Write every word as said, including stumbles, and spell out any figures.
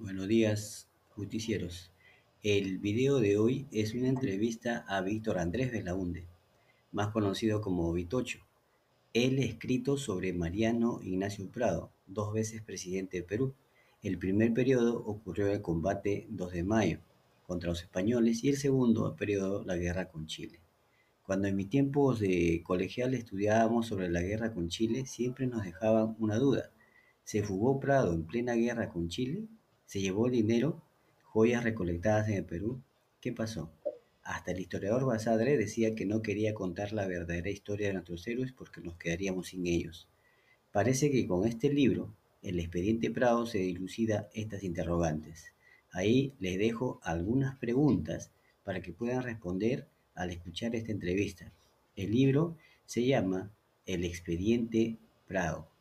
Buenos días, justicieros. El video de hoy es una entrevista a Víctor Andrés Belaúnde, más conocido como Vitocho. Él ha escrito sobre Mariano Ignacio Prado, dos veces presidente de Perú. El primer periodo ocurrió el combate dos de mayo contra los españoles y el segundo periodo la guerra con Chile. Cuando en mis tiempos de colegial estudiábamos sobre la guerra con Chile, siempre nos dejaban una duda. ¿Se fugó Prado en plena guerra con Chile? ¿Se llevó el dinero, joyas recolectadas en el Perú? ¿Qué pasó? Hasta el historiador Basadre decía que no quería contar la verdadera historia de nuestros héroes porque nos quedaríamos sin ellos. Parece que con este libro, el expediente Prado, se dilucida estas interrogantes. Ahí les dejo algunas preguntas para que puedan responder al escuchar esta entrevista. El libro se llama El expediente Prado.